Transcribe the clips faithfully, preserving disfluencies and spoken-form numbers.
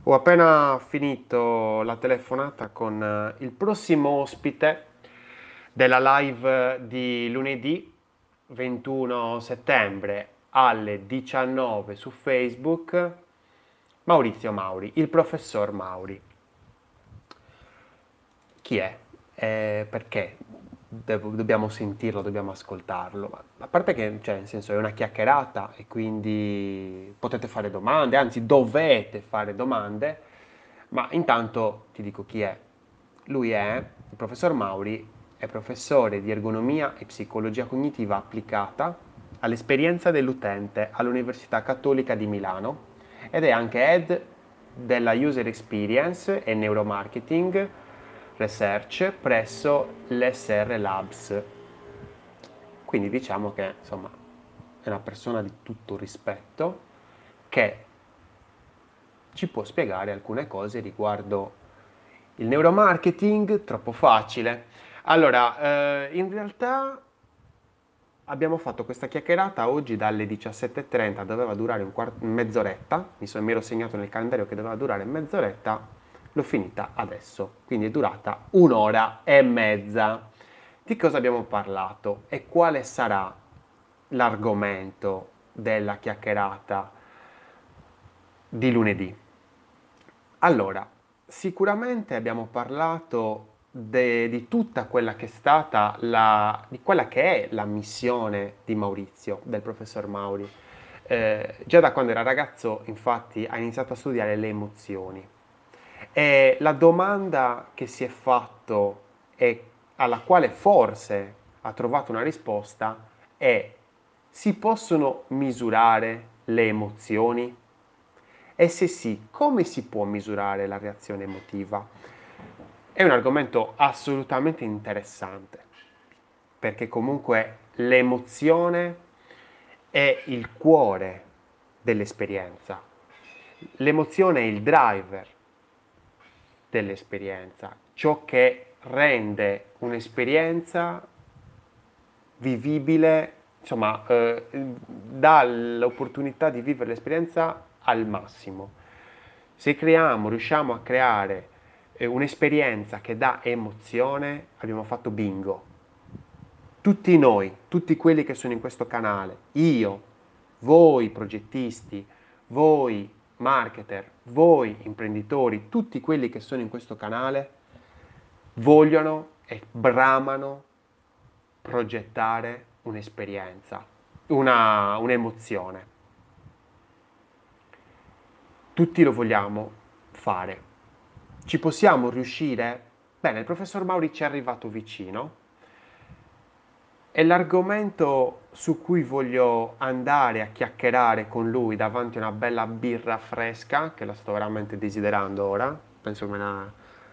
Ho appena finito la telefonata con eh, il prossimo ospite della live di lunedì ventuno settembre alle diciannove su Facebook, Maurizio Mauri, il professor Mauri. Chi è? Eh, perché devo- dobbiamo sentirlo, dobbiamo ascoltarlo? Ma a parte che, cioè, nel senso, è una chiacchierata e quindi potete fare domande, anzi dovete fare domande, ma intanto ti dico chi è. Lui è il professor Mauri, è professore di ergonomia e psicologia cognitiva applicata all'esperienza dell'utente all'Università Cattolica di Milano ed è anche head della User Experience e Neuromarketing Research presso l'S R Labs. Quindi diciamo che insomma è una persona di tutto rispetto che ci può spiegare alcune cose riguardo il neuromarketing, troppo facile. Allora, eh, in realtà abbiamo fatto questa chiacchierata oggi dalle diciassette e trenta, doveva durare un quart- mezz'oretta, mi, so, mi ero segnato nel calendario che doveva durare mezz'oretta, l'ho finita adesso, quindi è durata un'ora e mezza. Di cosa abbiamo parlato e quale sarà l'argomento della chiacchierata di lunedì? Allora, sicuramente abbiamo parlato de- di tutta quella che è stata la, di quella che è la missione di Maurizio, del professor Mauri. Eh, già da quando era ragazzo, infatti, ha iniziato a studiare le emozioni. E la domanda che si è fatto e alla quale forse ha trovato una risposta è: si possono misurare le emozioni? E se sì, come si può misurare la reazione emotiva? È un argomento assolutamente interessante, perché comunque l'emozione è il cuore dell'esperienza. L'emozione è il driver dell'esperienza, ciò che rende un'esperienza vivibile, insomma, eh, dà l'opportunità di vivere l'esperienza al massimo. Se creiamo, riusciamo a creare eh, un'esperienza che dà emozione, abbiamo fatto bingo. Tutti noi, tutti quelli che sono in questo canale, io, voi progettisti, voi marketer, voi imprenditori, tutti quelli che sono in questo canale, vogliono e bramano progettare un'esperienza, una, un'emozione. Tutti lo vogliamo fare. Ci possiamo riuscire? Bene, il professor Mauri ci è arrivato vicino e l'argomento su cui voglio andare a chiacchierare con lui davanti a una bella birra fresca, che la sto veramente desiderando ora, penso me la...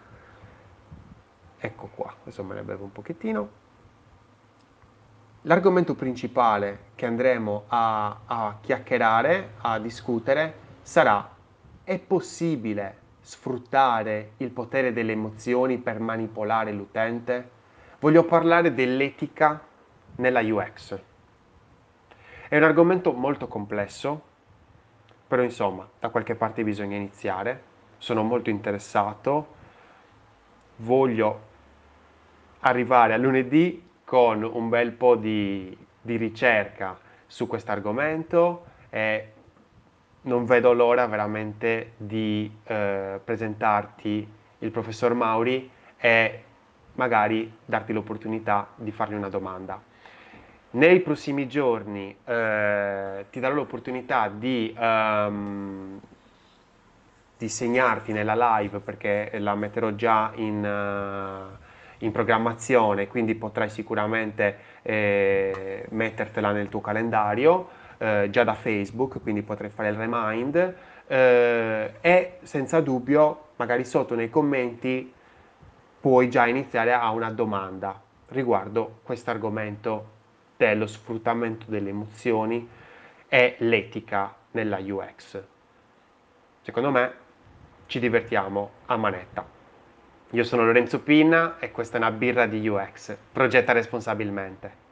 Ecco qua, adesso me ne bevo un pochettino. L'argomento principale che andremo a, a chiacchierare, a discutere, sarà: è possibile sfruttare il potere delle emozioni per manipolare l'utente? Voglio parlare dell'etica nella U X. È un argomento molto complesso, però insomma, da qualche parte bisogna iniziare. Sono molto interessato, voglio arrivare a lunedì con un bel po' di, di ricerca su questo argomento e non vedo l'ora veramente di eh, presentarti il professor Mauri e magari darti l'opportunità di fargli una domanda. Nei prossimi giorni eh, ti darò l'opportunità di, ehm, di segnarti nella live perché la metterò già in, eh, in programmazione, quindi potrai sicuramente eh, mettertela nel tuo calendario eh, già da Facebook, quindi potrai fare il remind eh, e senza dubbio magari sotto nei commenti puoi già iniziare a una domanda riguardo questo argomento dello sfruttamento delle emozioni e l'etica nella U X. Secondo me ci divertiamo a manetta. Io sono Lorenzo Pinna e questa è una birra di U X. Progetta responsabilmente.